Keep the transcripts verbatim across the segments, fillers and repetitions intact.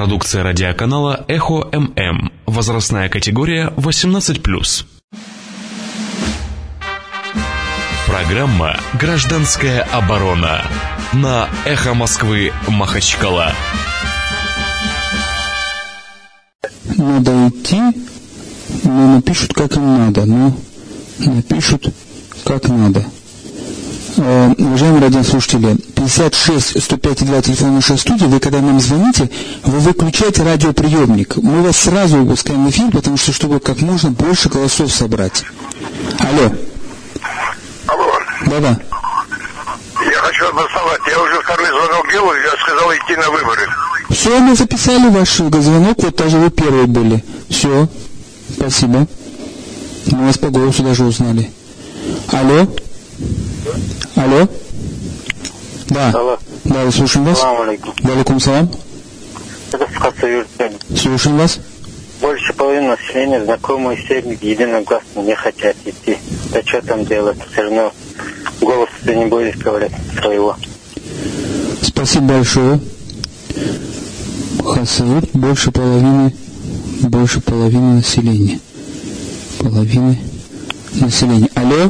Продукция радиоканала Эхо ММ. Возрастная категория восемнадцать плюс. Программа «Гражданская оборона» на Эхо Москвы Махачкала. Надо идти, но напишут, как им надо. Но напишут, как надо. Э, уважаемые радиослушатели, пятьдесят шесть сто пять и два телефон нашей студии. Вы, когда нам звоните, вы выключаете радиоприемник. Мы вас сразу выпускаем в эфир, потому что, чтобы как можно больше голосов собрать. Алло. Алло. Да-да. Я хочу обосновать. Я уже второй звонок делаю, я сказал идти на выборы. Все, мы записали ваш звонок, вот даже вы первые были. Все, спасибо. Мы вас по голосу даже узнали. Алло? Алло? Да. Алло. Да, слушаем вас. Салам алейкум. Валикум салам. Это Скотца Юртян. Слушаем вас. Больше половины населения, знакомые семьи, единогласно не хотят идти. Да что там делать? Все равно голос ты не будешь говорить своего. Спасибо большое. Хасавут больше половины, больше половины населения. Половины населения. Алло?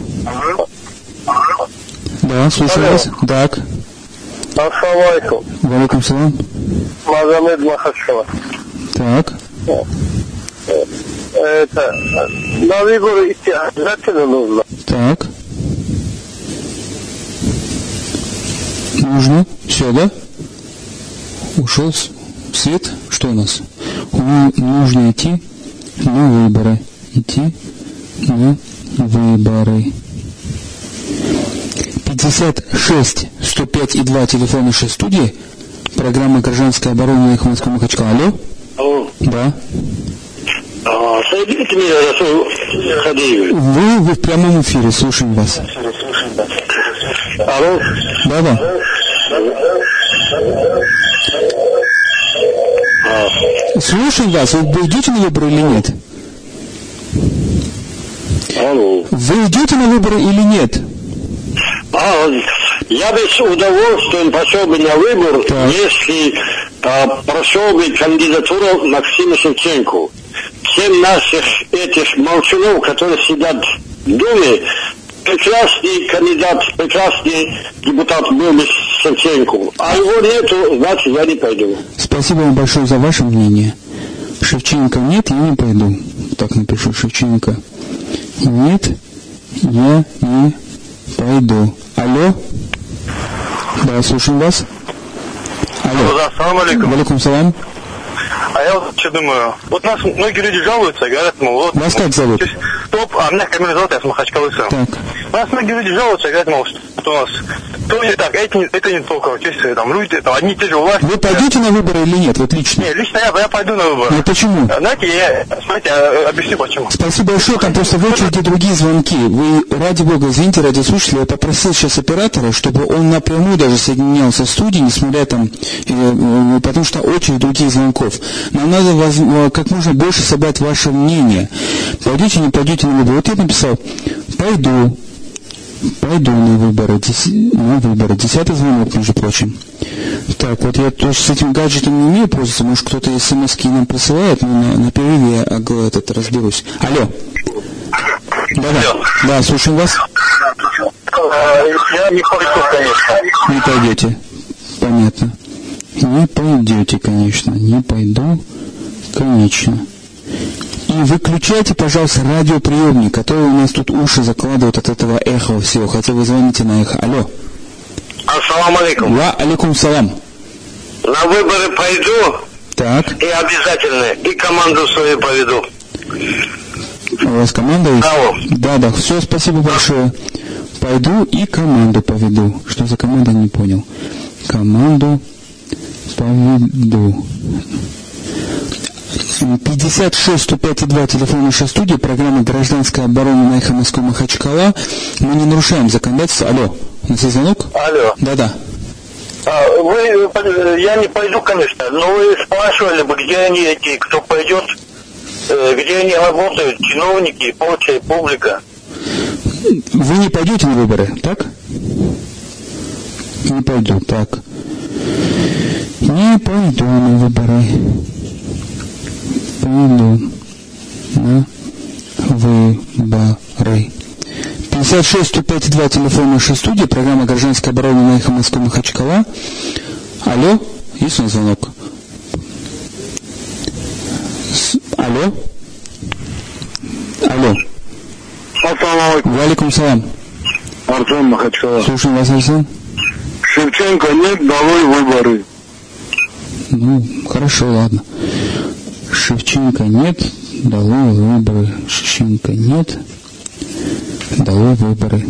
Да, слушаю вас. Так. Ассаламу алейкум. Валикум салам. Магомед Махачкала. Так. Это, на выборы идти обязательно нужно. Так. Нужно. Все, да? Ушел свет. Что у нас? Нужно идти на выборы. Идти на выборы. пятьдесят шесть сто пять и два телефон нашей студии. Программа «Гражданская оборона» Эхо Москвы Махачкала. Алло? Алло. Да. А, соедините меня, Расул Хадиевич. Вы, вы в прямом эфире, слушаем вас. Алло. Да, да. А. Слушаем вас. Вы идете на выборы или нет? Алло. Вы идете на выборы или нет? А, я бы с удовольствием пошел бы на выбор, так. если а, прошел бы кандидатуру Максима Шевченко. Всем наших этих молчунов, которые сидят в Думе, прекрасный кандидат, прекрасный депутат был бы Шевченко. А его нету, значит, я не пойду. Спасибо вам большое за ваше мнение. Шевченко нет, я не пойду. Так напишу, Шевченко нет, я не пойду. Алло? Да, слушаем вас. Алло. Ассаламу алейкум. Валикум салам. А я вот что думаю, вот нас многие люди жалуются, говорят, мол, вот... Вас как зовут? Топ, а меня Камиль зовут, я с Махачкалы сам. Так. У нас многие люди жалуются, говорят, мол, что у нас то не так, это не, это не только, то есть там люди, там одни и те же власти. Вы пойдете на выборы или нет, вот лично? Не, лично я, я пойду на выборы. Ну почему? Знаете, я, смотрите, я объясню почему. Спасибо большое, там просто в очереди другие звонки. Вы, ради бога, извините, радиослушатели, я попросил сейчас оператора, чтобы он напрямую даже соединялся в студии, несмотря там, э, потому что очередь других звонков. Нам надо воз, как можно больше собрать ваше мнение. Пойдете, не пойдете на выборы. Вот я написал, пойду, пойду на выборы, Деся, на выборы. Десятый звонок, между прочим. Так, вот я тоже с этим гаджетом не умею пользоваться, может кто-то смс-ки нам присылает, но на, на перерыве я этот разберусь. Алло. Да-да, да, слушаем вас. Я не пойду, конечно. Не пойдете. Понятно. Не пойдете, конечно. Не пойду, конечно. И выключайте, пожалуйста, радиоприемник, который у нас тут уши закладывают от этого эха всего. Хотя вы звоните на эхо. Алло. Ассаламу алейкум. Ва алейкум салам. На выборы пойду. Так. И обязательно, и команду свою поведу. У вас команда есть? Алло. Да, да. Все, спасибо большое. Пойду и команду поведу. Что за команда, не понял. Команду поведу. пятьдесят шесть сто пять и два телефон нашей студии, программа «Гражданская оборона» на Эхо Москвы Махачкала. Мы не нарушаем законодательство. Алло, у нас есть звонок? Алло. Да-да. А, вы, я не пойду, конечно, но вы спрашивали бы, где они эти, кто пойдет, где они работают, чиновники и прочая публика. Вы не пойдете на выборы, так? Не пойду, так. Не пойду на выборы. Пойду на выборы. пятьдесят шесть сто пять два, телефон нашей студии, программа «Гражданская оборона» на Эхо Москвы Махачкала. Алло, есть у нас звонок? С... Алло? Алло. Ассаламу алейкум. Валикум салам. Артем Махачкала. Слушаем вас, Арсен. Шевченко нет, долой выборы. Ну, хорошо, ладно. Шевченко нет, долой выборы. Шевченко нет, долой выборы.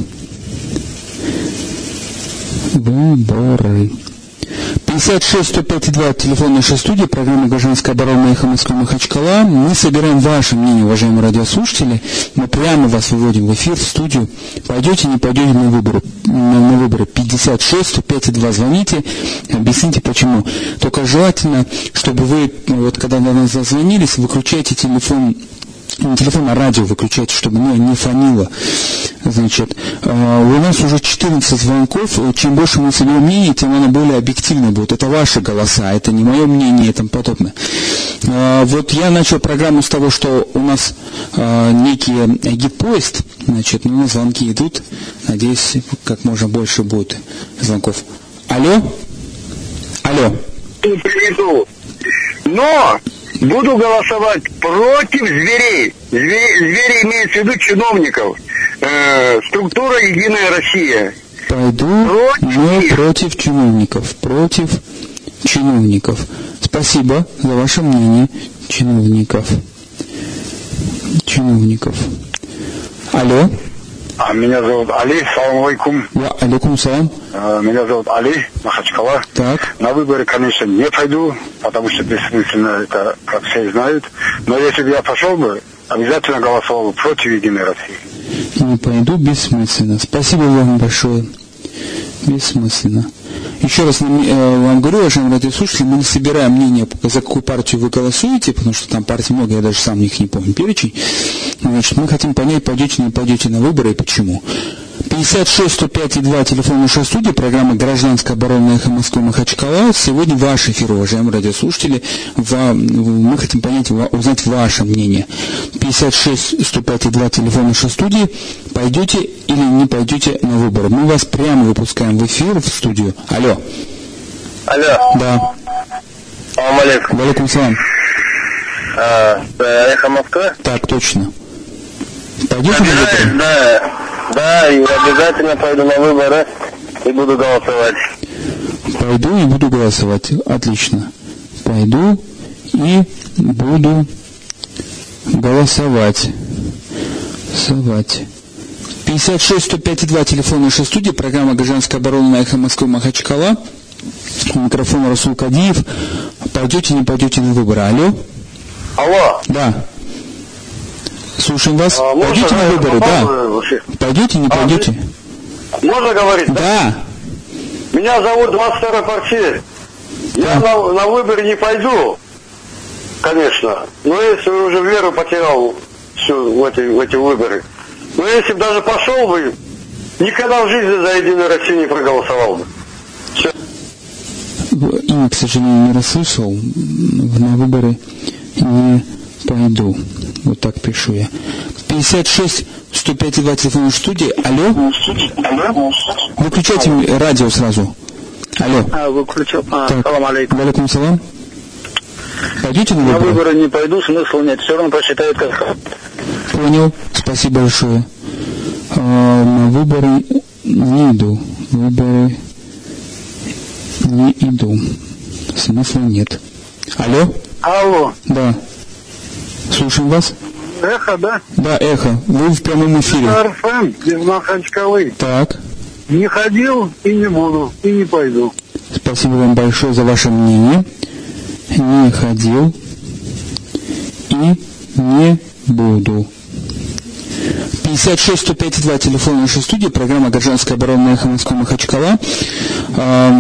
Выборы. пятьдесят шесть сто пять два, телефон нашей студии, программа «Гражданская оборона» Эхо Москвы Махачкала. Мы собираем ваше мнение, уважаемые радиослушатели. Мы прямо вас выводим в эфир, в студию. Пойдете, не пойдете на выборы. На, на выборы пятьдесят шесть сто пять два, звоните, объясните почему. Только желательно, чтобы вы, вот когда до нас зазвонились, выключайте телефон. Не телефон, а радио выключайте, чтобы не, не фонило. Значит, э, у нас уже четырнадцать звонков. Чем больше мы соберем мнений, тем оно более объективно будет. Это ваши голоса, это не мое мнение и тому подобное. Э, вот я начал программу с того, что у нас э, некий гид-поезд. Значит, ну, звонки идут. Надеюсь, как можно больше будет звонков. Алло? Алло? Приду. Но буду голосовать против зверей. Звери, звери имеется в виду чиновников. Э, структура «Единая Россия». Пойду, против. но против чиновников. Против чиновников. Спасибо за ваше мнение. Чиновников. Чиновников. Алло. А меня зовут Али, салам алейкум. Ва алейкум салам. А, меня зовут Али, Махачкала. Так. На выборы, конечно, не пойду, потому что бессмысленно, это как все знают. Но если бы я пошел бы, обязательно голосовал бы против «Единой России». Не пойду, бессмысленно. Спасибо вам большое. Бессмысленно. Еще раз э, вам говорю, уважаемые радиослушатели, мы не собираем мнение, за какую партию вы голосуете, потому что там партий много, я даже сам их не помню, перечень. Значит, мы хотим понять, пойдете, не пойдете на выборы и почему. пятьдесят шесть сто пять два, телефон нашей студии, программа «Гражданская оборона» Эхо Москвы Махачкала. Сегодня ваш эфир, уважаемые радиослушатели. Мы хотим понять, узнать ваше мнение. пятьдесят шесть сто пять два, телефон нашей студии. Пойдете или не пойдете на выборы? Мы вас прямо выпускаем в эфир, в студию. Алло. Алло. Да. Салам алейкум. Валикум салам. А, Эхо Москвы? Так, точно. Пойдете на выборы? Да. Да, и обязательно пойду на выборы и буду голосовать. Пойду и буду голосовать. Отлично. Пойду и буду голосовать. Голосовать. пятьдесят шесть сто пять два, телефон нашей студии, программа «Гражданская оборона» на Эхо Москвы Махачкала. Микрофон Расул Кадиев. Пойдете, не пойдете на выборы? Алло? Алло. Да. Слушаем вас. А, пойдете на выборы? Да. Пойдете, не пойдете? Можно говорить? Да. Да. Меня зовут двадцать второй партии. Я Да. на, на выборы не пойду, конечно. Но если уже веру потерял всю в эти, в эти выборы. Но если бы даже пошел бы, никогда в жизни за «Единую Россию» не проголосовал бы. Все. Имя, к сожалению, не расслышал. На выборы не пойду. Вот так пишу я. пятьдесят шесть сто пять два, телефон в студии. Алло? Выключайте радио сразу. Алло. А, выключил. А, Так. салам алейкум. Валикум салам. Пойдете на На выборы? выборы не пойду, смысла нет. Все равно посчитают как... Понял. Спасибо большое. А, на выборы не иду. Выборы не иду. Смысла нет. Алло? Алло. Да. Слушаем вас. Эхо, да? Да, эхо. Вы в прямом эфире. РФМ из Махачкалы. Так. Не ходил и не буду, и не пойду. Спасибо вам большое за ваше мнение. Не ходил и не буду. пятьдесят шесть сто пять два, телефон нашей студии, программа «Гражданская оборона» на Эхо Москвы Махачкала. А,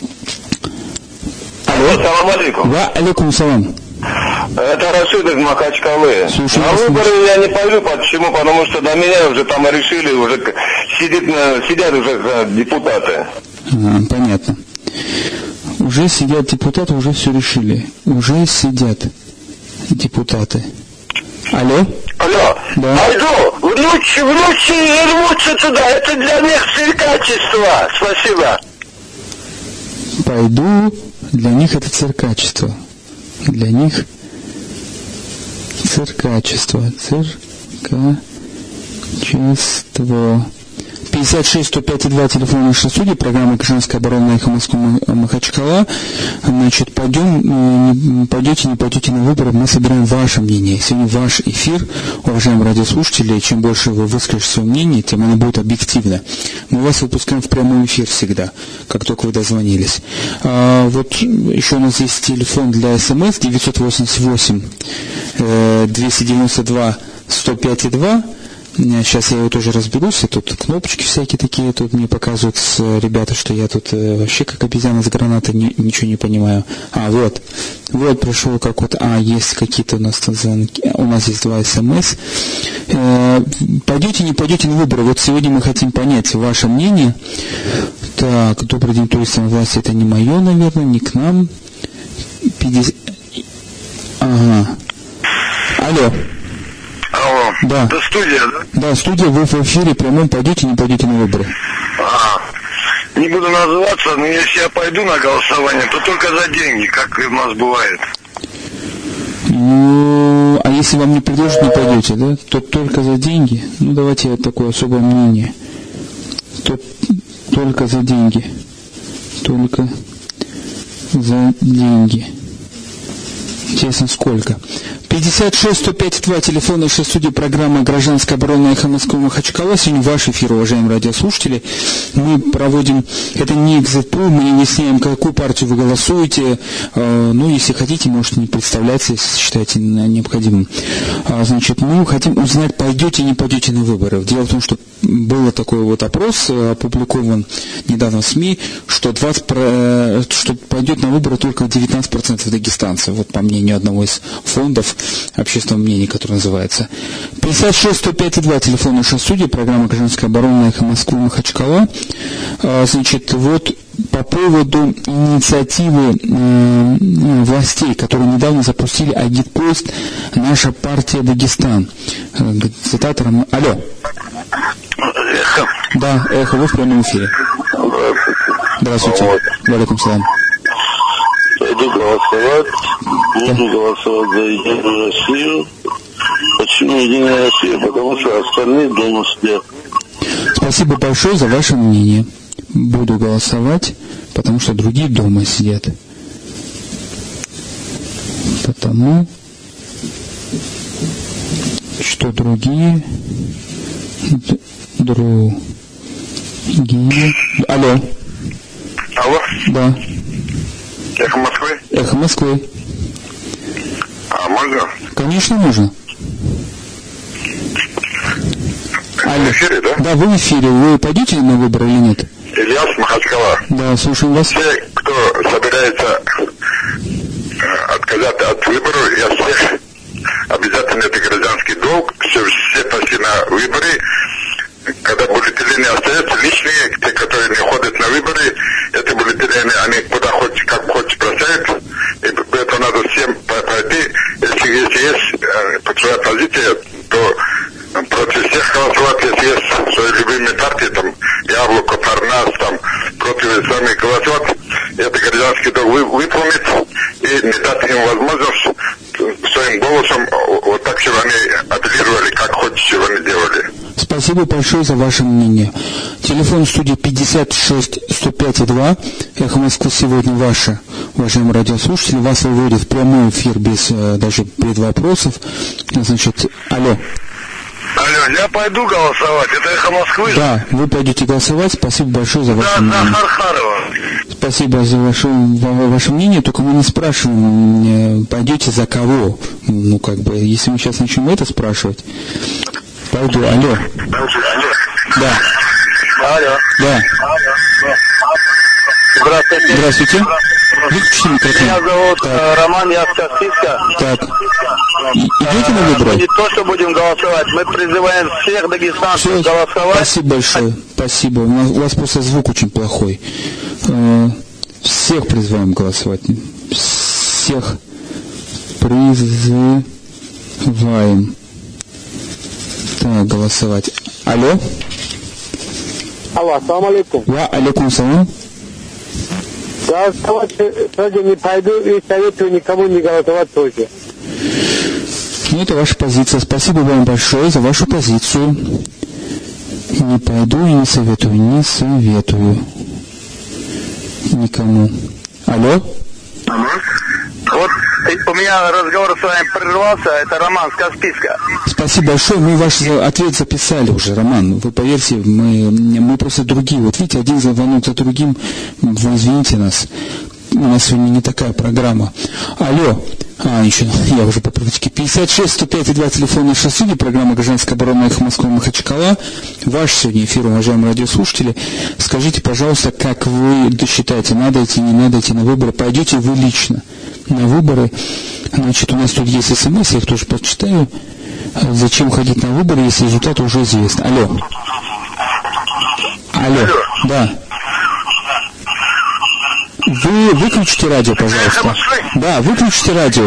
алло. Салам алейкум. Ва алейкум салам. Это Рашид из Махачкалы. Слушаю На вас, выборы я не пойду. Почему? Потому что до меня уже там решили, уже сидит, сидят уже депутаты. А, понятно. Уже Уже сидят депутаты, уже все решили. Уже сидят депутаты. Алло? Алло. Да. Пойду. Внучи, внучи рвутся туда. Это для них циркачество. Спасибо. Пойду. Для них это циркачество. Для них циркачество. Циркачество. пятьдесят шесть сто пять два, телефон нашей студии, программа «Гражданская оборона» «Эхо Москвы» Махачкала. Значит, пойдем, пойдете, не пойдете на выборы, мы собираем ваше мнение. Сегодня ваш эфир, уважаемые радиослушатели, чем больше вы выскажете свое мнение, тем оно будет объективно. Мы вас выпускаем в прямой эфир всегда, как только вы дозвонились. А, вот еще у нас есть телефон для СМС девятьсот восемьдесят восемь двести девяносто два сто пять два. Сейчас я его тоже разберусь, и тут кнопочки всякие такие, тут мне показывают ребята, что я тут вообще как обезьяна с гранатой, ни, ничего не понимаю. А, вот, вот пришел какой-то, а, есть какие-то у нас тут звонки, у нас есть два СМС. Э, пойдете, не пойдете на выборы, вот сегодня мы хотим понять ваше мнение. Так, добрый день, туристам власти, это не мое, наверное, не к нам. пятьдесят... Ага. Алло. Алло. Да. Это студия, да? Да, студия, вы в эфире прямом, пойдете, не пойдете на выборы? А, не буду называться, но если я пойду на голосование, то только за деньги, как у нас бывает. Ну, а если вам не предложат, не пойдете, да? То только за деньги? Ну, давайте вот такое особое мнение. То только за деньги. Только за деньги. Интересно, сколько? пятьдесят шесть сто пять два, телефон нашей студии, программа «Гражданская оборона» «Эхо Москвы» Махачкала. Сегодня ваш эфир, уважаемые радиослушатели. Мы проводим, это не экзит-пул, мы не выясняем, какую партию вы голосуете. Ну, если хотите, можете не представляться, если считаете необходимым. Значит, мы хотим узнать, пойдете, не пойдете на выборы. Дело в том, что был такой вот опрос, опубликован недавно в СМИ, что, двадцать, что пойдет на выборы только девятнадцать процентов дагестанцев, вот по мнению одного из фондов общественного мнения, который называется. пятьдесят шесть сто пять два, телефон нашей студии, программа «Гражданская оборона» «Эхо Москвы» Махачкала. Значит, вот по поводу инициативы э, властей, которые недавно запустили агитпост «Наша партия Дагестан». Э, цитата. Алло. Эхо. Да, эхо, вы в прямом эфире. Здравствуйте. Вот. Валикум салам. Пойду голосовать, буду голосовать за Единую Россию. Почему Единая Россия? Потому что остальные дома сидят. Спасибо большое за ваше мнение. Буду голосовать, потому что другие дома сидят. Потому что другие другие. Алло. Алло. Да. Эхо Москвы? Эхо Москвы. А можно? Конечно, можно. Алло. В эфире, да? Да, вы в эфире. Вы пойдете на выборы или нет? Ильяс, Махачкала. Да, слушаем вас. Все, кто собирается э, отказаться от выборов, я всех обязательно, это гражданский долг, все, все пошли на выборы. Когда бюллетени остаются лишние, те, которые не ходят на выборы, эти бюллетени, они куда хочешь, как хочешь бросают, и это надо всем пройти. Если, если есть э, своя позиция, то против всех голосовать, если есть свои любимые партии, там, Яблоко, Парнас, там, против сами голосовать, это гражданский долг вы, выполнить и не дать им возможность своим голосом, вот так, чтобы они апеллировали, как хочешь, чтобы они делали. Спасибо большое за ваше мнение. Телефон студии пятьдесят шесть сто пять два. Эхо Москвы сегодня ваше, уважаемые радиослушатели. Вас выводит в прямой эфир без даже предвопросов. Значит, алло. Алло, я пойду голосовать. Это Эхо Москвы? Да, вы пойдете голосовать. Спасибо большое за ваше да, мнение. Да, Хархарова. Спасибо за ваше, ваше мнение. Только мы не спрашиваем, пойдете за кого. Ну, как бы, если мы сейчас начнем это спрашивать. Пойду. Алло. Да. Алло. Да. Здравствуйте. Здравствуйте. Выключите микрофон. Меня зовут так. Роман, я с Каспийска. Так. И, идете на выборы? Мы не то, что будем голосовать, мы призываем всех дагестанцев Все. голосовать. Спасибо большое. Спасибо. У, нас, у вас просто звук очень плохой. Всех призываем голосовать. Всех призываем. Так, голосовать. Алло. Алло, ассаламу алейкум. Ва алейкум салам. Голосовать сегодня не пойду и советую никому не голосовать тоже. Ну, это ваша позиция. Спасибо вам большое за вашу позицию. Не пойду и не советую. Не советую никому. Алло? Вот у меня разговор с вами прервался, это Роман с Каспийска. Спасибо большое, мы ваш ответ записали уже, Роман. Вы поверьте, мы, мы просто другие. Вот видите, один звонок за другим, вы извините нас. У нас сегодня не такая программа. Алло. А, еще, я уже по привычке. пятьдесят шесть сто пять два телефон нашей студии, программа «Гражданская оборона» «Эхо Москвы» Махачкала. Ваш сегодня эфир, уважаемые радиослушатели. Скажите, пожалуйста, как вы считаете, надо идти, не надо идти на выборы? Пойдете вы лично на выборы? Значит, у нас тут есть смс, я их тоже почитаю. Зачем ходить на выборы, если результат уже известен? Алло. Алло. Алло. Да. Вы выключите радио, пожалуйста. Да, выключите радио.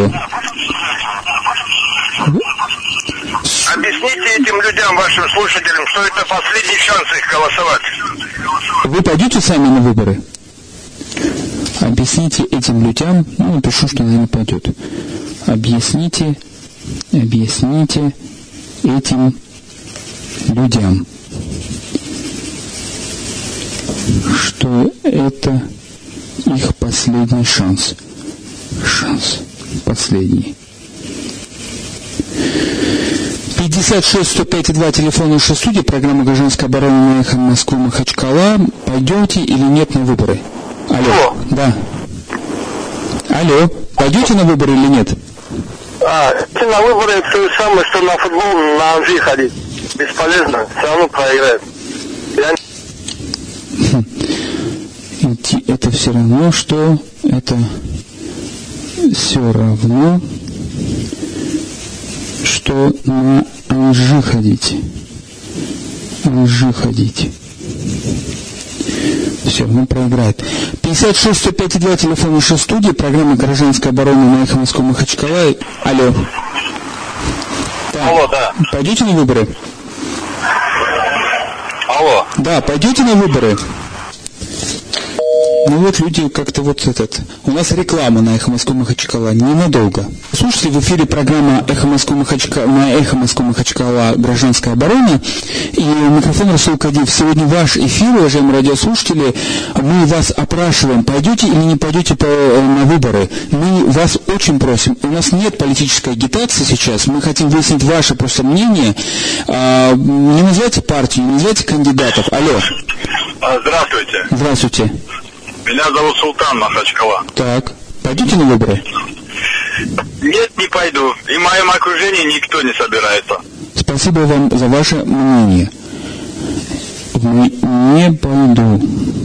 Объясните этим людям, вашим слушателям, что это последний шанс их голосовать. Вы пойдете сами на выборы? Объясните этим людям, ну, напишу, что она не пойдет. Объясните, объясните этим людям, что это их последний шанс. Шанс последний. пятьдесят шесть сто пять два телефон нашей студии, программа «Гражданская оборона» на «Эхо Москвы» Махачкала. Пойдете или нет на выборы? Алло. Алло. Да. Алло. Пойдете на выборы или нет? А, на выборы это то же самое, что на футбол на Анжи ходить. Бесполезно. Все равно проиграет. Я... Это все равно, что это все равно, что на Анжи ходить. Анжи ходить. Все, он проиграет. пятьдесят шесть сто пять два телефон нашей студии, программа «Гражданская оборона» на «Эхо Москвы» Махачкала. Алло. Так. Алло, да. Пойдете на выборы? Алло. Да, пойдете на выборы? Ну вот люди как-то вот этот... У нас реклама на «Эхо Москвы» Махачкала ненадолго. Слушайте, в эфире программа «Эхо Москвы» Махачкала, на «Эхо Москвы» Махачкала «Гражданская оборона». И микрофон Расул Кадиев. Сегодня ваш эфир, уважаемые радиослушатели. Мы вас опрашиваем, пойдете или не пойдете по, на выборы. Мы вас очень просим. У нас нет политической агитации сейчас. Мы хотим выяснить ваше просто мнение. А, не называйте партию, не называйте кандидатов. Алло. Здравствуйте. Здравствуйте. Меня зовут Султан Махачкала. Так, пойдете на выборы? Нет, не пойду. И в моем окружении никто не собирается. Спасибо вам за ваше мнение. Не пойду.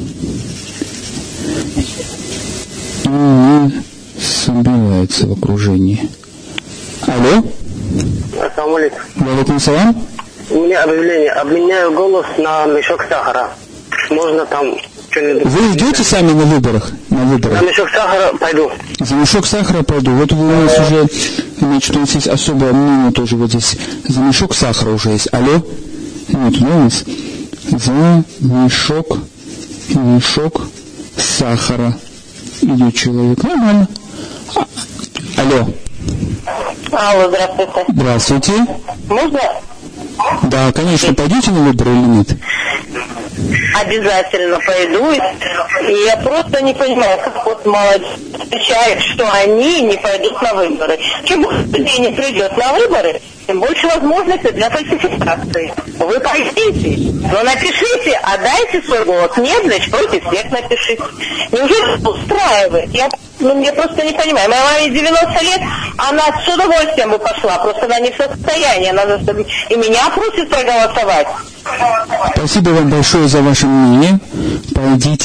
Не собирается в окружении. Алло? Ассаламу алейкум. Валейкум салам. У меня объявление. Обменяю голос на мешок сахара. Можно там... Вы идете сами на выборах? На выборах? За мешок сахара пойду. За мешок сахара пойду. Вот у нас уже, значит, у нас есть особое мнение тоже вот здесь. За мешок сахара уже есть. Алло? Вот у нас за мешок, мешок сахара идет человек. Нормально. А, алло? Алло, здравствуйте. Здравствуйте. Можно? Да, конечно. Пойдете на выборы или нет? Обязательно пойду. И я просто не понимаю, как вот молодежь отвечает, что они не пойдут на выборы. Чем больше людей не придет на выборы, тем больше возможностей для фальсификации. Вы пойдите, но напишите, отдайте свой голос. Нет, значит, против всех напишите. Неужели это устраивает? Я, ну, я просто не понимаю. Моя маме девяносто лет, она с удовольствием бы пошла, просто она не в состоянии. Она заставит... И меня просит проголосовать. Спасибо вам большое за ваше мнение. Пойдите.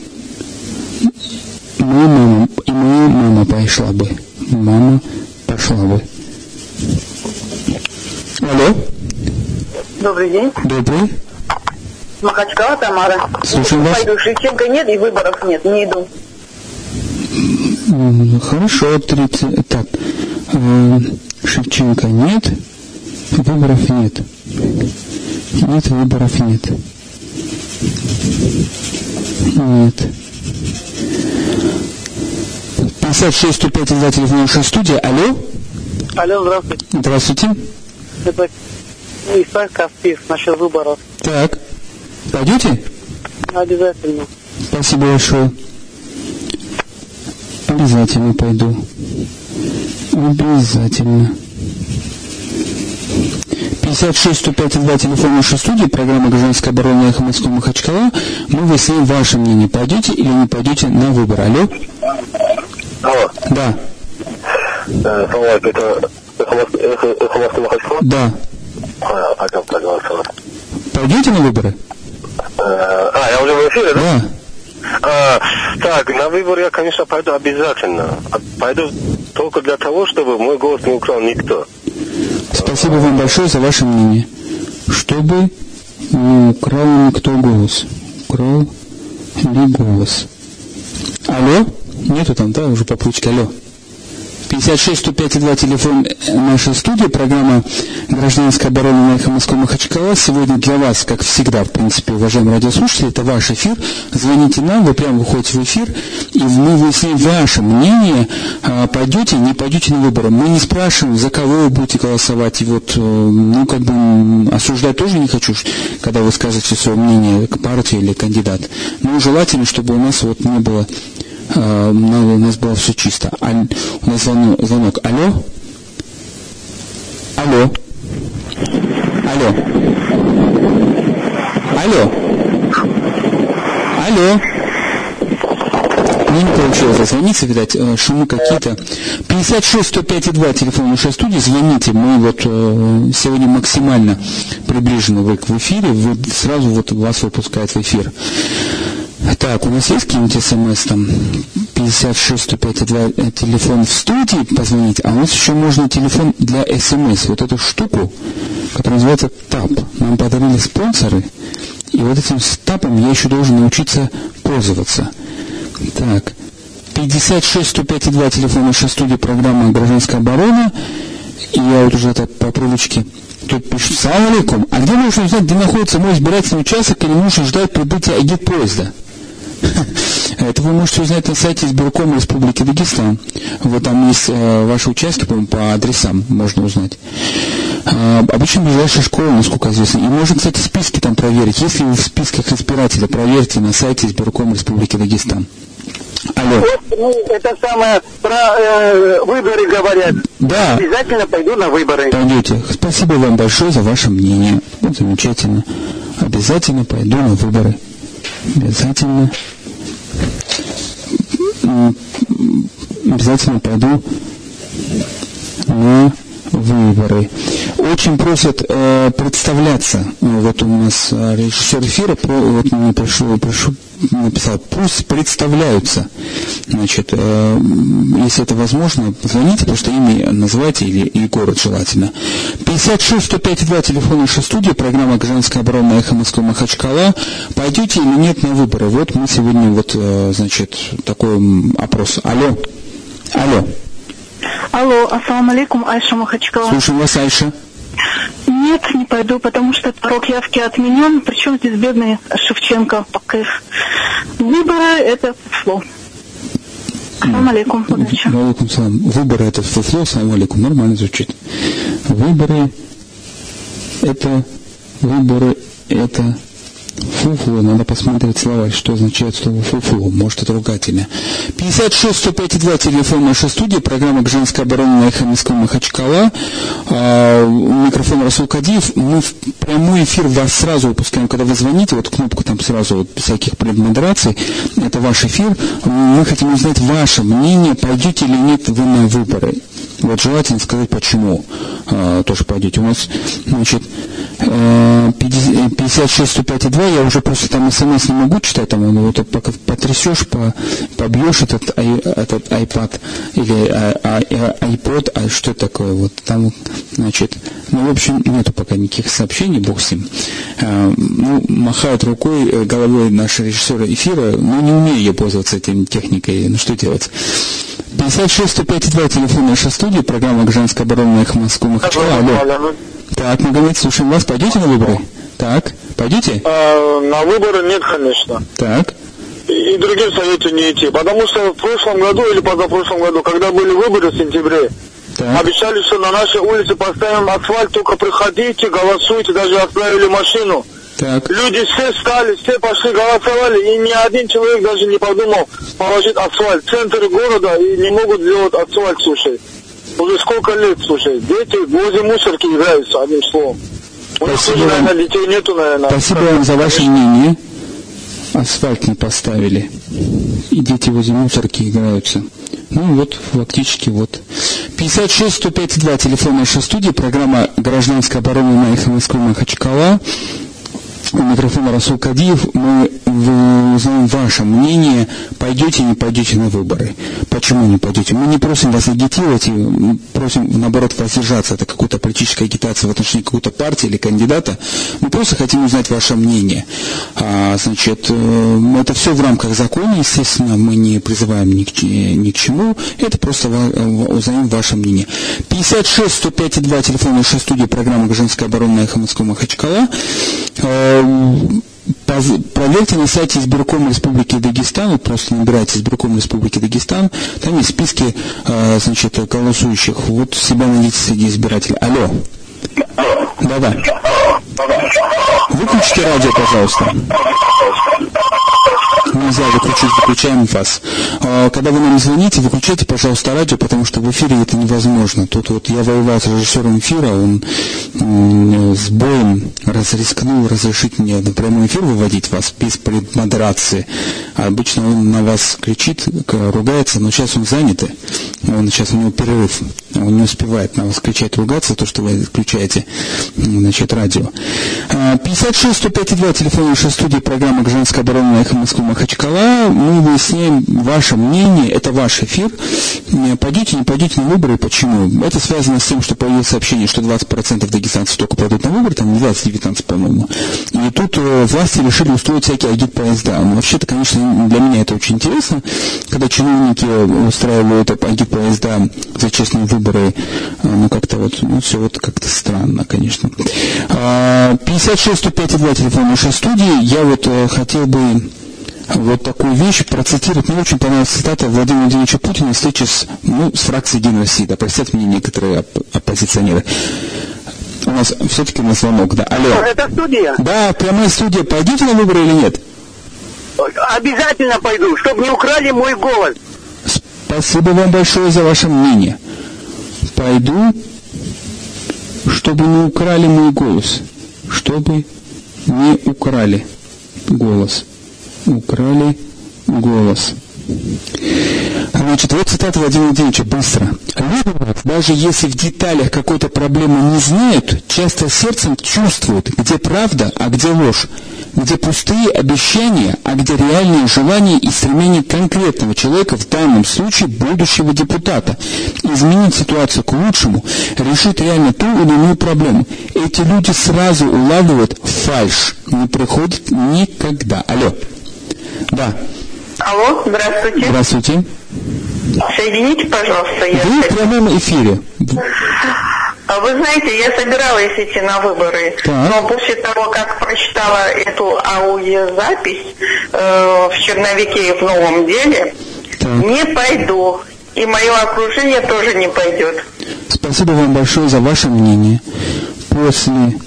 Моя мама, и моя мама пошла бы. Мама пошла бы. Алло. Добрый день. Добрый. Махачкала, Тамара. Слушаю вас. Пойду, Шевченко нет и выборов нет, не иду. Хорошо, тридцать. Так, Шевченко нет, выборов нет. Нет, выборов нет. Нет. пятьдесят шесть сто пять два телефон нашей студии. Алло. Алло, здравствуйте. Здравствуйте. Это Исаак Каспиев насчет выборов. Так. Пойдете? Обязательно. Спасибо большое. Обязательно пойду. Обязательно. пятьдесят шесть сто пять два телефон нашей студии, программа «Гражданская оборона» «Эхо Москвы» Махачкала. Мы выясняем ваше мнение. Пойдете или не пойдете на выборы? Алло? Алло. Да. Салам, это «Эхо Москвы» Махачкала? Да. А, а как проголосовать? Пойдете на выборы? А, я уже в эфире, да? Да. А, так, на выборы я, конечно, пойду обязательно. Пойду только для того, чтобы мой голос не украл никто. Спасибо вам большое за ваше мнение. Чтобы не украл никто голос. Украл ли голос? Алло? Нету там, да, уже по почте. Алло. пятьдесят шесть сто пять два телефон нашей студии, программа «Гражданская оборона» на «Эхо Москвы» Махачкала. Сегодня для вас, как всегда, в принципе, уважаемые радиослушатели, это ваш эфир. Звоните нам, вы прямо выходите в эфир, и мы выясним ваше мнение, пойдете, не пойдете на выборы. Мы не спрашиваем, за кого вы будете голосовать, и вот, ну, как бы, осуждать тоже не хочу, когда вы скажете свое мнение к партии или кандидат. Но желательно, чтобы у нас вот не было... Uh, у нас было все чисто. А, у нас звонок, звонок. Алло? Алло? Алло? Алло? Алло? Мне не получилось дозвониться, видать, шумы какие-то. пятьдесят шесть сто пять два телефон нашей студии. Звоните, мы вот э, сегодня максимально приближены вы к эфире, вы сразу вот вас выпускают в эфир. Так, у нас есть какие-нибудь смс там? пятьдесят шесть сто пять два телефон в студии позвонить, а у нас еще можно телефон для смс. Вот эту штуку, которая называется ТАП. Нам подарили спонсоры, и вот этим ТАПом я еще должен научиться пользоваться. Так, пятьдесят шесть сто пять два телефон нашей студии, программа «Гражданская оборона». И я вот уже так по привычке тут пишет: «Салам алейкум. А где можно узнать, где находится мой избирательный участок, или нужно ждать прибытия агитпоезда?» Это вы можете узнать на сайте избиркома Республики Дагестан. Вот там есть э, ваши участки, по-моему, по адресам можно узнать. Э, обычно ближайшая школа, насколько известно. И можно, кстати, списки там проверить. Если вы в списках избирателей, проверьте на сайте избиркома Республики Дагестан. Алло. Это самое, про э, выборы говорят. Да. Обязательно пойду на выборы. Пойдете. Спасибо вам большое за ваше мнение. Вот замечательно. Обязательно пойду на выборы. Обязательно. Обязательно пойду на выборы. Очень просят э, представляться. Вот у нас э, режиссер эфира про, вот мне пришло, пришло, написал: пусть представляются. Значит, э, если это возможно, звоните, потому что имя называйте или и город желательно. пятьдесят шесть сто пять два телефон нашей студии, программа «Гражданская оборона» «Эхо Москвы» Махачкала. Пойдете или нет на выборы? Вот мы сегодня вот, э, значит, такой опрос. Алло. Алло. Алло, ассаламу алейкум, Айша Махачкала. Слушаем вас, Айша. Нет, не пойду, потому что порог явки отменен. Причем здесь бедный Шевченко, пока их выборы — это фуфло. Ассаламу алейкум, удачи. Алейкум салам. Выборы — это фуфло, ассаламу алейкум. Нормально звучит. Выборы — это... Выборы — это... Фуфло, надо посмотреть словарь, что означает слово фуфло, может это ругательное. пятьдесят шесть сто пять два телефон нашей студии, программа «Гражданская оборона» на «Эхо Москвы» Махачкала. А, микрофон Расул Кадиев. Мы в прямой эфир вас сразу выпускаем, когда вы звоните, вот кнопку там сразу, вот, без всяких предмодераций, это ваш эфир. Мы хотим узнать ваше мнение, пойдете или нет вы на выборы. Вот желательно сказать, почему а, тоже пойдете. У нас, значит, пятьдесят шесть сто пять два, я уже просто там смс не могу читать, там вот пока потрясешь, по, побьешь этот, ай, этот iPad или iPod, а что такое, вот там, значит, ну, в общем, нету пока никаких сообщений, бог с ним. А, ну, махает рукой, головой наш режиссер эфира, но не умею я пользоваться этой техникой, ну, что делать? пятьдесят шесть сто пять два, телефон нашей студии, программа «Гражданская оборона» «Эхо Москвы», Махачкала. Алло. Так, Магомед, слушаем вас. Пойдете на выборы? Так, пойдете? А, на выборы нет, конечно. Так. И, и другим советую не идти. Потому что в прошлом году или позапрошлом году, когда были выборы в сентябре, так. обещали, что на нашей улице поставим асфальт, только приходите, голосуйте, даже отправили машину. Так. Люди все встали, все пошли, голосовали, и ни один человек даже не подумал положить асфальт в центр города, и не могут сделать асфальт, слушай. Уже сколько лет, слушай, дети возле мусорки играются, одним словом. У нас тоже, наверное, детей нету, наверное. Спасибо вам за ваше мнение. Асфальт не поставили. И дети возле мусорки играются. Ну вот, фактически вот. пятьдесят шесть сто пять два, телефон нашей студии, программа «Гражданская оборона» на Эхо Москвы, Махачкала. У микрофона Расул Кадиев. Мы узнаем ваше мнение. Пойдете, не пойдете на выборы? Почему не пойдете? Мы не просим вас агитировать, мы просим, наоборот, воздержаться. Это какая-то политическая агитация в отношении какой-то партии или кандидата. Мы просто хотим узнать ваше мнение. А, значит, это все в рамках закона, естественно. Мы не призываем ни к, ни к чему. Это просто узнаем ваше мнение. пятьдесят шесть сто пять два, телефон нашей студии, программа «Гражданская оборона» на Эхо Москвы, Махачкала. Проверьте на сайте избиркома Республики Дагестан, просто набирайте избирком Республики Дагестан, там есть списки, значит, голосующих. Вот себя найдите среди избирателей. Алло. Да-да. Выключите радио, пожалуйста. Нельзя выключить, выключаем вас. Когда вы нам звоните, выключайте, пожалуйста, радио, потому что в эфире это невозможно. Тут вот я воевал с режиссером эфира, он с боем рискнул разрешить мне на прямой эфир выводить вас без модерации. А обычно он на вас кричит, ругается, но сейчас он занят, он сейчас у него перерыв, он не успевает на вас кричать, ругаться, то, что вы включаете, значит, радио. пятьдесят шесть сто пять два, телефон нашей студии, программа «Гражданская оборона» на Эхо Москвы, Махачкала. Мы выясняем ваше мнение, это ваш эфир. Пойдите, не пойдите на выборы, почему? Это связано с тем, что появилось сообщение, что двадцать процентов дагестанцев только пойдут на выборы, там двадцать девятнадцать, по-моему. И тут э, власти решили устроить всякие агитпоезда. Ну, вообще-то, конечно, для меня это очень интересно, когда чиновники устраивают агитпоезда за честные выборы, э, ну, как-то вот, ну, все вот как-то странно, конечно. пятьдесят шесть сто пять два, телефон нашей студии. Я вот э, хотел бы вот такую вещь процитировать. Мне очень понравилась цитата Владимира Владимировича Путина в встрече с, ну, с фракцией «Единая Россия». Да, простят меня некоторые оп- оппозиционеры. У нас все-таки на звонок, да. Алло. Это студия? Да, прямая студия. Пойдете на выборы или нет? Обязательно пойду, чтобы не украли мой голос. Спасибо вам большое за ваше мнение. Пойду, чтобы не украли мой голос. Чтобы не украли голос. Украли голос. Значит, вот цитата Владимира Владимировича, быстро. Люди, даже если в деталях какой-то проблемы не знают, часто сердцем чувствуют, где правда, а где ложь, где пустые обещания, а где реальные желания и стремления конкретного человека, в данном случае будущего депутата, изменить ситуацию к лучшему, решить реально ту или иную проблему. Эти люди сразу улавливают фальшь, не приходит никогда. Алло. Да. Алло, здравствуйте. Здравствуйте. Соедините, пожалуйста. Я Вы в прямом эфире. А вы знаете, я собиралась идти на выборы, так. но после того, как прочитала эту аудиозапись э, в черновике и в новом деле, так. не пойду. И мое окружение тоже не пойдет. Спасибо вам большое за ваше мнение. После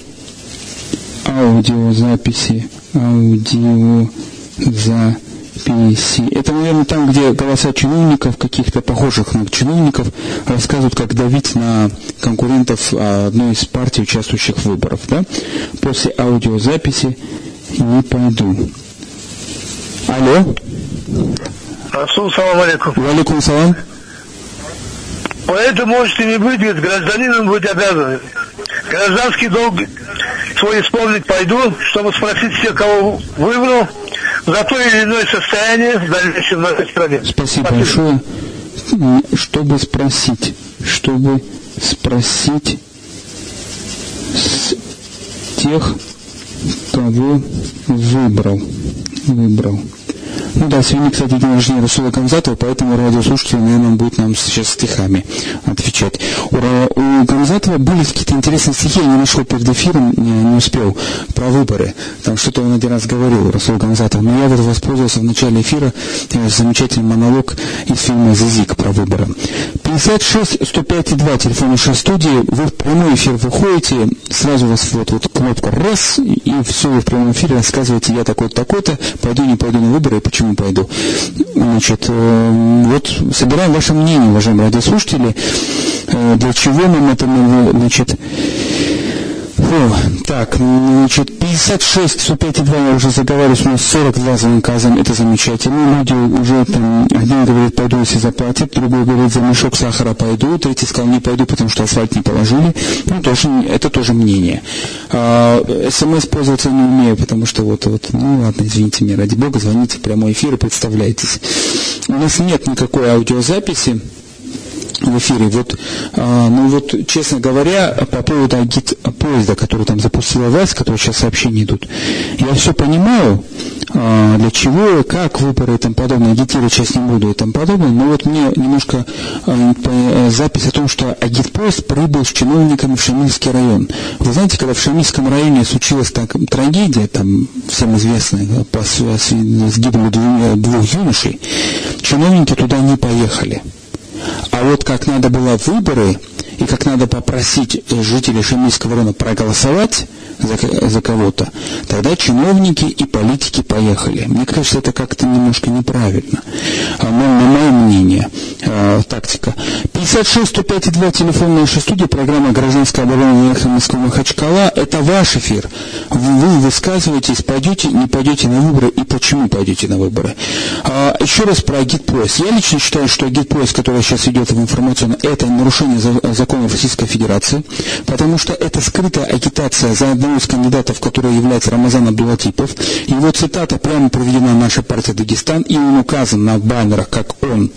аудиозаписи, аудиозаписи, это, наверное, там, где голоса чиновников, каких-то похожих на чиновников, рассказывают, как давить на конкурентов одной из партий, участвующих в выборах, да? После аудиозаписи не пойду. Алло. Расул, салам алейкум. Валейкум салам. Поэтому можете не быть, ведь гражданином быть обязаны. Гражданский долг свой исполнить пойду, чтобы спросить всех, кого выбрал, за то или иное состояние в дальнейшем в нашей стране. Спасибо, Спасибо большое. Чтобы спросить, чтобы спросить с тех, кого выбрал. Выбрал. Ну да, сегодня, кстати, день рождения Расула Гамзатова, поэтому радиослушатель, наверное, будет нам сейчас стихами отвечать. У, у Гамзатова были какие-то интересные стихи, я не нашел перед эфиром, не, не успел, про выборы. Там что-то он один раз говорил, Расул Гамзатов. Но я вот воспользовался в начале эфира замечательный монолог из фильма «Зизик» про выборы. пятьдесят шесть сто пять два, телефон нашей студии, вы в прямой эфир выходите, сразу у вас вот, вот кнопка раз, и все, вы в прямом эфире рассказываете, я такой-то, такой-то, пойду, не пойду на выборы, и почему пойду. Значит, э, вот собираем ваше мнение, уважаемые радиослушатели, э, для чего нам это, значит, о, так, значит, пятьдесят шесть сто пять два, я уже заговариваюсь, у нас сорок два звонка, это замечательно. Люди уже там, один говорит, пойду, если заплатят, другой говорит, за мешок сахара пойду, третий сказал, не пойду, потому что асфальт не положили. Ну, тоже, это тоже мнение. А, СМС пользоваться не умею, потому что вот, вот, ну ладно, извините меня, ради бога, звоните в прямой эфир и представляйтесь. У нас нет никакой аудиозаписи в эфире. Вот, а, ну вот, честно говоря, по поводу агит-поезда, который там запустила власть, который сейчас сообщения идут, я все понимаю, а, для чего, как выборы и тому подобное, агитировать сейчас не буду и тому подобное, но вот мне немножко а, запись о том, что агит-поезд прибыл с чиновниками в Шамильский район. Вы знаете, когда в Шамильском районе случилась так, трагедия, там всем известная, по, с, с, с гибелью двух, двух юношей, чиновники туда не поехали. А вот как надо было выборы, и как надо попросить жителей Шамильского района проголосовать за, за кого-то, тогда чиновники и политики поехали. Мне кажется, это как-то немножко неправильно. А, на мое мнение, а, тактика. пятьдесят шесть сто пять два, телефон нашей студии, программа «Гражданская оборона» Эхо Москвы Махачкала. Это ваш эфир. Вы, вы высказываетесь, пойдете, не пойдете на выборы и почему пойдете на выборы. А, еще раз про агитпоезд. Я лично считаю, что агитпоезд, который сейчас идет в информационном, это нарушение законов Российской Федерации, потому что это скрытая агитация за одного из кандидатов, который является Рамазан Абдулатипов. Его цитата прямо проведена наша партия Дагестан, и он указан на баннерах, как он,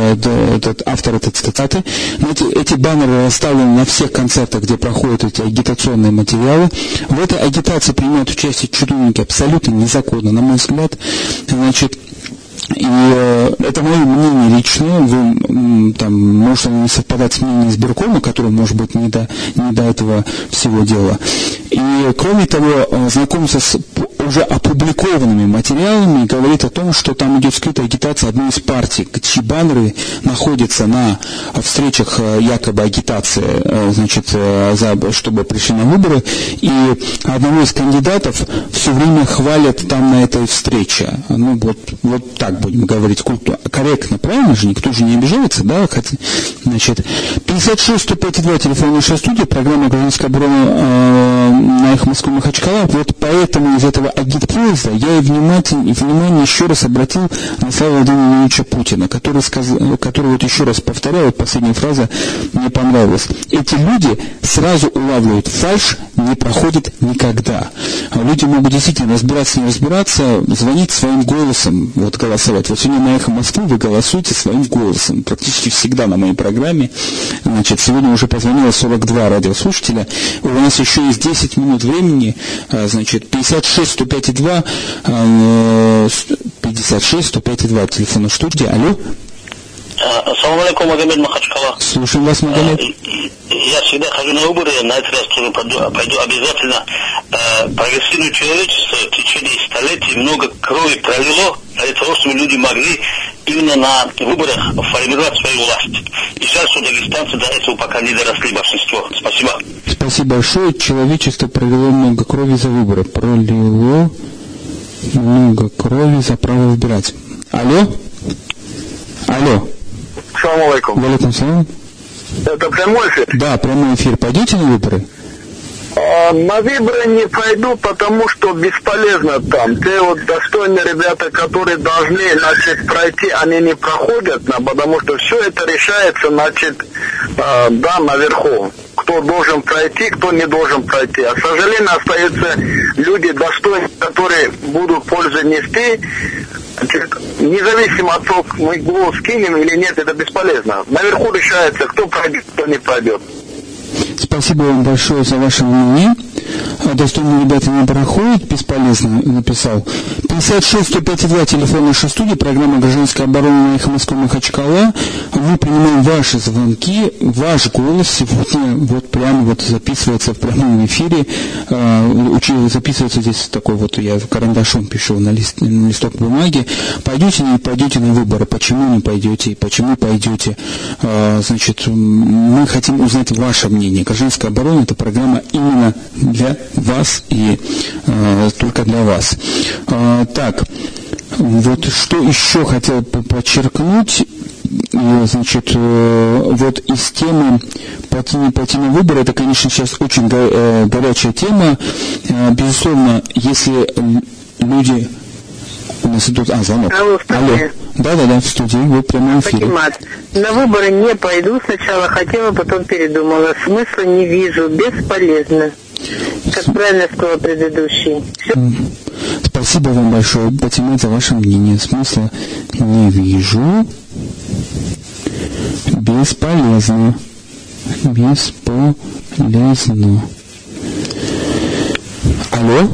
э, этот, автор этой цитаты. Эти, эти баннеры расставлены на всех концертах, где проходят эти агитационные материалы. В этой агитации принимают участие чиновники абсолютно незаконно, на мой взгляд. Значит, и э, это мое мнение личное, вы, там, может оно не совпадать с мнением избиркома, который, может быть, не до, не до этого всего дела. И, кроме того, знакомиться с уже опубликованными материалами говорит о том, что там идет скрытая агитация одной из партий, чьи баннеры находятся на встречах якобы агитации, значит, за, чтобы пришли на выборы, и одного из кандидатов все время хвалят там на этой встрече. Ну, вот, вот так будем говорить, культурно, корректно, правильно же, никто же не обижается, да, хотя, значит, пятьдесят шесть сто пять два, телефон нашей студии, программа «Гражданская оборона» э, на Эхо Москвы Махачкала. Вот поэтому из этого агитпоезда я и внимание, и внимание еще раз обратил на слова Владимира Владимировича Путина, который, сказал, который вот еще раз повторяю, вот последняя фраза мне понравилась. Эти люди сразу улавливают фальшь, не проходит никогда. Люди могут действительно разбираться, не разбираться, звонить своим голосом, вот голосовать. Вот сегодня на Эхо Москвы вы голосуете своим голосом, практически всегда на моей программе. Значит, сегодня уже позвонило сорок два радиослушателя. У нас еще есть десять минут времени, значит, пятьдесят шесть сто пять два, пятьдесят шесть сто пять два, телефон студии. Алло. Ассаламу алейкум, Магомед Махачкала. Слушаем вас, Магомед. Я всегда хожу на выборы, на этот раз тоже пойду, пойду обязательно. Прогрессивное человечество в течение столетий много крови пролило для того, чтобы люди могли именно на выборах формировать свою власть. И жаль, что дагестанцы до этого пока не доросли большинство. Спасибо. Спасибо большое. Человечество пролило много крови за выборы. Пролило много крови за право выбирать. Алло? Алло. Салам алейкум. Валикум салам. Это прямой эфир? Да, прямой эфир. Пойдете на выборы? А, на выборы не пойду, потому что бесполезно там. Те вот достойные ребята, которые должны, значит, пройти, они не проходят, потому что все это решается, значит, а, да, наверху. кто должен пройти, кто не должен пройти. А, к сожалению, остаются люди достойные, которые будут пользу нести. Независимо от того, мы голос кинем или нет, это бесполезно. Наверху решается, кто пройдет, кто не пройдет. Спасибо вам большое за ваше мнение. Достойные ребята не проходят, бесполезно написал. пятьдесят шесть сто пять два, телефон нашей студии, программа «Гражданская оборона» на «Эхо Москвы» Махачкала. Мы принимаем ваши звонки, ваш голос сегодня вот прямо вот записывается в прямом эфире. Записывается здесь такой вот, я карандашом пишу на, лист, на листок бумаги. Пойдете, не пойдете на выборы, почему не пойдете, почему пойдете. Значит, мы хотим узнать ваше мнение. «Гражданская оборона» — это программа именно для вас и э, только для вас. Э, так, вот что еще хотел подчеркнуть, э, значит, э, вот из темы пойти не пойти на выборы, это, конечно, сейчас очень го, э, горячая тема. Э, безусловно, если люди... У нас идут... А, звонок. Алло, в студии. Алло. Да-да-да, в студии, вы в прямом эфире. Патимат, на выборы не пойду, сначала хотела, потом передумала. Смысла не вижу, бесполезно. Как правильно сказал предыдущий. Все? Спасибо вам большое, Патимат, за ваше мнение. Смысла не вижу. Бесполезно. Бесполезно. Алло?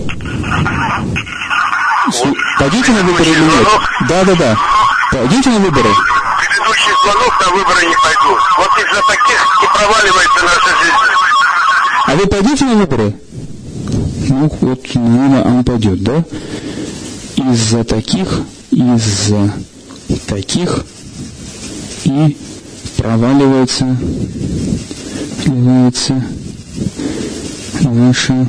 Пойдете на выборы или нет? Да, да, да. Пойдете на выборы? Предыдущий звонок, на выборы не пойду. Вот из-за таких и проваливается наша жизнь. А вы пойдете на выборы? Ну, вот, наверное, он пойдет, да? Из-за таких, из-за таких и проваливается, проваливается наша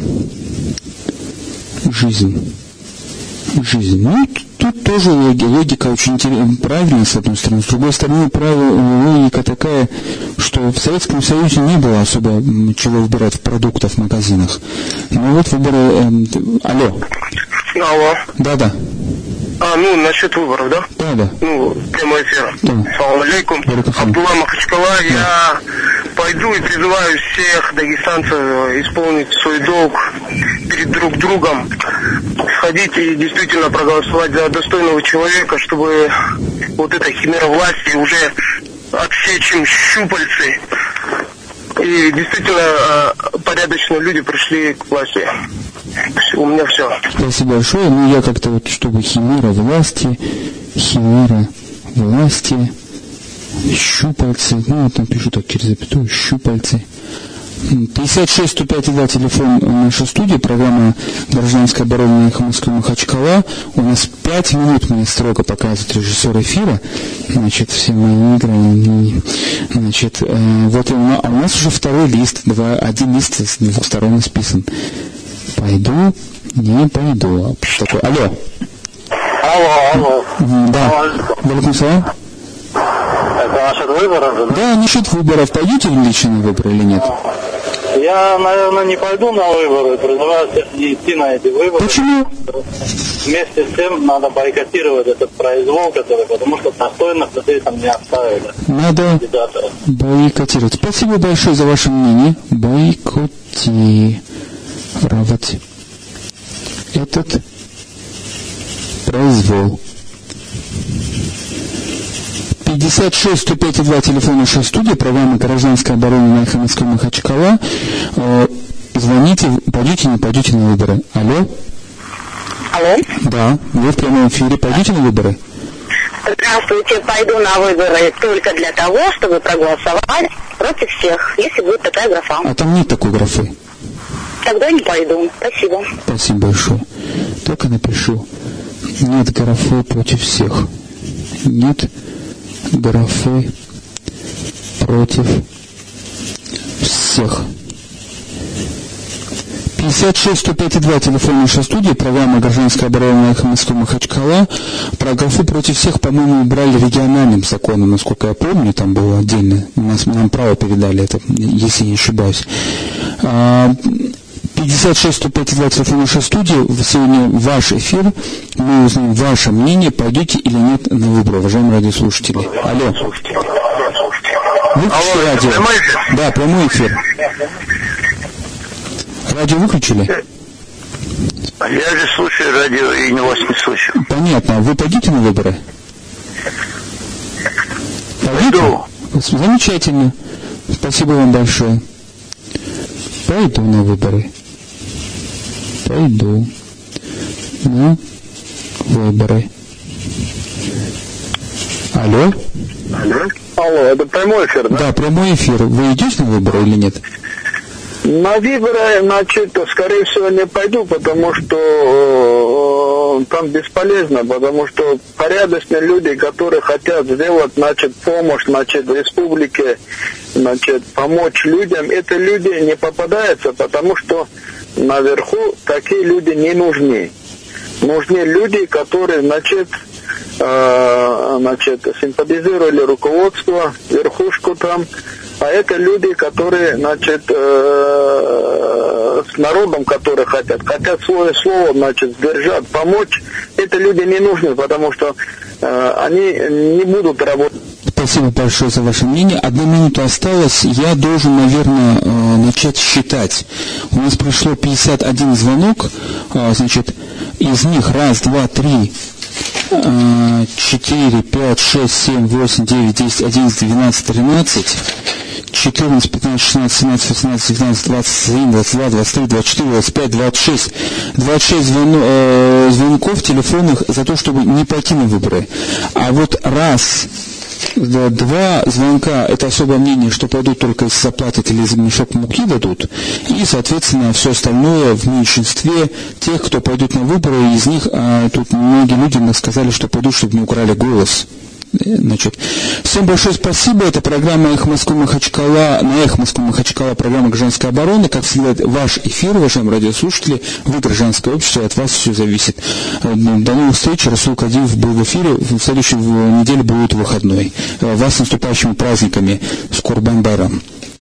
жизнь. Жизнь. Ну, тут тоже логика, логика очень правильная, с одной стороны. С другой стороны, правильная логика такая, что в Советском Союзе не было особо чего выбирать в продуктах в магазинах. Ну вот выборы... Э, алло. Алло. Да-да. А, ну, насчет выборов, да? Да, да. Ну, прямой эфир. Да. Салам алейкум. Абдулла Махачкала. Да. Я пойду и призываю всех дагестанцев исполнить свой долг перед друг другом. Сходить и действительно проголосовать за достойного человека, чтобы вот эта химера власти уже отсечь им щупальцы. И действительно порядочные люди пришли к власти. У меня все. Спасибо большое. Ну, я как-то вот, чтобы химера власти, химера власти, щупальцы, ну, вот там пишу так через запятую, щупальцы. пятьдесят шесть сто пять два, телефон нашей студии, программа «Гражданская оборона» на «Эхо Москвы» Махачкала. У нас пять минут мне строго показывает режиссер эфира. Значит, все мои игры. Значит, э, вот а у нас уже второй лист, два, один лист с двух сторон исписан. Пойду, не пойду. Что такое? Алло. Алло, алло. Да. Валикум салам. Это насчет выборов, да? Да, насчет выборов. Пойдете ли лично на выборы или нет? Я, наверное, не пойду на выборы, призываю всех не идти на эти выборы. Почему? Вместе с тем надо бойкотировать этот произвол, который, потому что достойных людей там не оставили. Надо кандидата. Бойкотировать. Спасибо большое за ваше мнение. Бойкотировать этот произвол. пятьдесят шесть сто пять два, телефон нашей студии, программа «Гражданская оборона» на «Эхо Москвы» Махачкала. Э, звоните, пойдете, не пойдете на выборы. Алло? Алло? Да, вы в прямом эфире. Пойдете на выборы? Здравствуйте, пойду на выборы только для того, чтобы проголосовать против всех, если будет такая графа. А там нет такой графы. Тогда не пойду. Спасибо. Спасибо большое. Только напишу. Нет графы против всех. Нет графы против всех. пятьдесят шесть сто пять два, телефон нашей студии, программа «Гражданская оборона» на «Эхо Москвы» Махачкала. Про графу против всех, по-моему, убрали региональным законом, насколько я помню, там было отдельно. Нас, нам право передали это, если не ошибаюсь. пятьдесят шесть сто пять два, телефон нашей студии. Сегодня ваш эфир. Мы узнаем ваше мнение, пойдете или нет на выборы, уважаемые радиослушатели. Алло. Выключите Алло, радио. прямой эфир? Да, прямой эфир. Радио выключили? Я же слушаю радио и не вас не слышу. Понятно. Вы пойдете на выборы? Пойдете? Замечательно. Спасибо вам большое. Пойду на выборы. Пойду на выборы. Алло? Алло? Алло, это прямой эфир, да? Да, прямой эфир. Вы идете на выборы или нет? На выборы, значит, скорее всего, не пойду, потому что э, там бесполезно, потому что порядочные люди, которые хотят сделать, значит, помощь, значит, республике, значит, помочь людям, это люди не попадаются, потому что наверху такие люди не нужны. Нужны люди, которые, значит, э, значит, симпатизировали руководство, верхушку там. А это люди, которые, значит, э, с народом, которые хотят, хотят свое слово, значит, сдержать, помочь. Это люди не нужны, потому что э, они не будут работать. Спасибо большое за ваше мнение. Одна минута осталась. Я должен, наверное, э, начать считать. У нас прошло пятьдесят один звонок. Э, значит, из них раз, два, три, четыре, пять, шесть, семь, восемь, девять, десять, одиннадцать, двенадцать, тринадцать, четырнадцать, пятнадцать, шестнадцать, семнадцать, восемнадцать, девятнадцать, двадцать один, двадцать два, двадцать три, двадцать четыре, двадцать пять, двадцать шесть. двадцать шесть звон, э, звонков телефонных за то, чтобы не пойти на выборы. А вот раз, два звонка, это особое мнение, что пойдут только если заплатят или за мешок муки дадут. И, соответственно, все остальное в меньшинстве тех, кто пойдут на выборы, из них, а, тут многие люди мне сказали, что пойдут, чтобы не украли голос. Значит, всем большое спасибо. Это программа «Эхо Москвы Махачкала». На «Эхо Москвы Махачкала» программа «Гражданская оборона». Как всегда, ваш эфир, уважаемые радиослушатели, вы гражданское общество, от вас все зависит. До новых встреч. Расул Кадиев был в эфире. В следующей неделе будет выходной. Вас с наступающими праздниками. С Курбан-Байрам.